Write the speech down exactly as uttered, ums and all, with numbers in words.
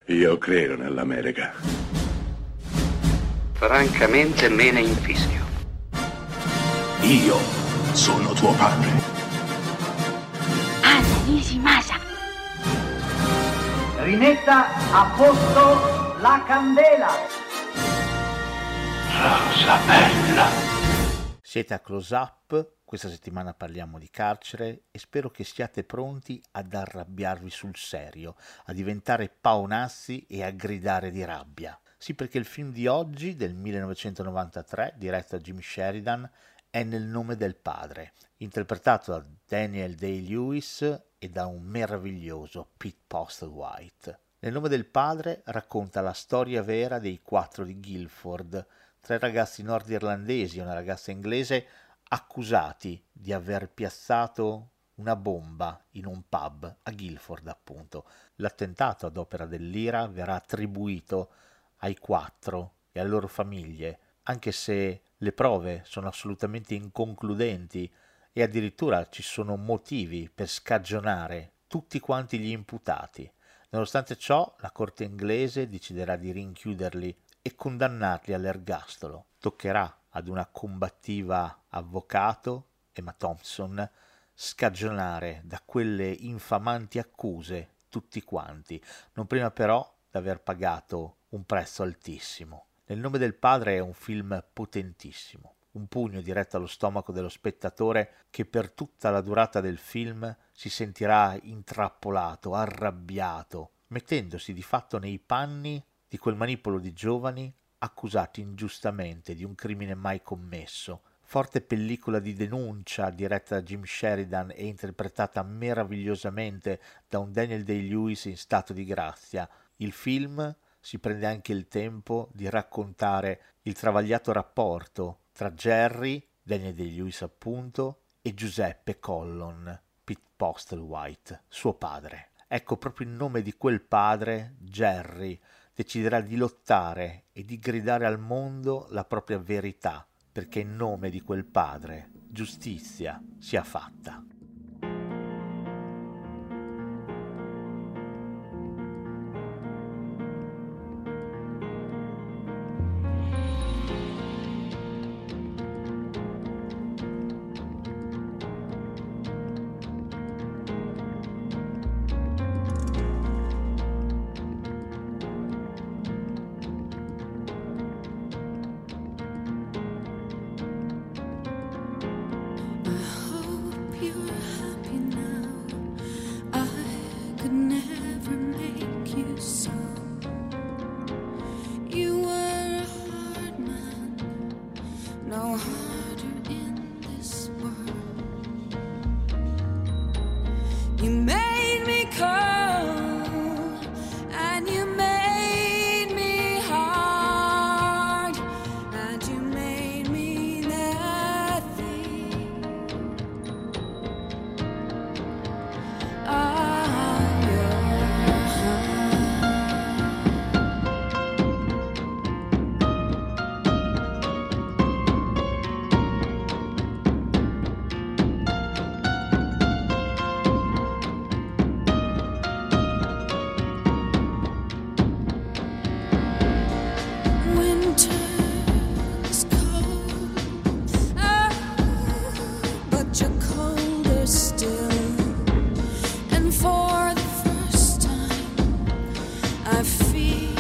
Io credo nell'America. Francamente me ne infischio. Io sono tuo padre. Anna Nishimasa. Rimetta a posto la candela. Rosa bella. Siete a Close Up, questa settimana parliamo di carcere e spero che siate pronti ad arrabbiarvi sul serio, a diventare paonazzi e a gridare di rabbia. Sì, perché il film di oggi, del millenovecentonovantatré, diretto da Jim Sheridan, è Nel nome del padre, interpretato da Daniel Day-Lewis e da un meraviglioso Pete Postlethwaite. Nel nome del padre racconta la storia vera dei quattro di Guildford, tre ragazzi nordirlandesi e una ragazza inglese accusati di aver piazzato una bomba in un pub a Guildford, appunto. L'attentato ad opera dell'I R A verrà attribuito ai quattro e alle loro famiglie, anche se le prove sono assolutamente inconcludenti e addirittura ci sono motivi per scagionare tutti quanti gli imputati. Nonostante ciò, la corte inglese deciderà di rinchiuderli e condannarli all'ergastolo. Toccherà ad una combattiva avvocato, Emma Thompson, scagionare da quelle infamanti accuse tutti quanti, non prima però d'aver pagato un prezzo altissimo. Nel nome del padre è un film potentissimo, un pugno diretto allo stomaco dello spettatore che per tutta la durata del film si sentirà intrappolato, arrabbiato, mettendosi di fatto nei panni di quel manipolo di giovani accusati ingiustamente di un crimine mai commesso. Forte pellicola di denuncia diretta da Jim Sheridan e interpretata meravigliosamente da un Daniel Day-Lewis in stato di grazia. Il film si prende anche il tempo di raccontare il travagliato rapporto tra Jerry, Daniel Day-Lewis appunto, e Giuseppe Collon, Pete Postlethwaite, suo padre. Ecco, proprio in nome di quel padre, Jerry deciderà di lottare e di gridare al mondo la propria verità, perché in nome di quel padre giustizia sia fatta. I feel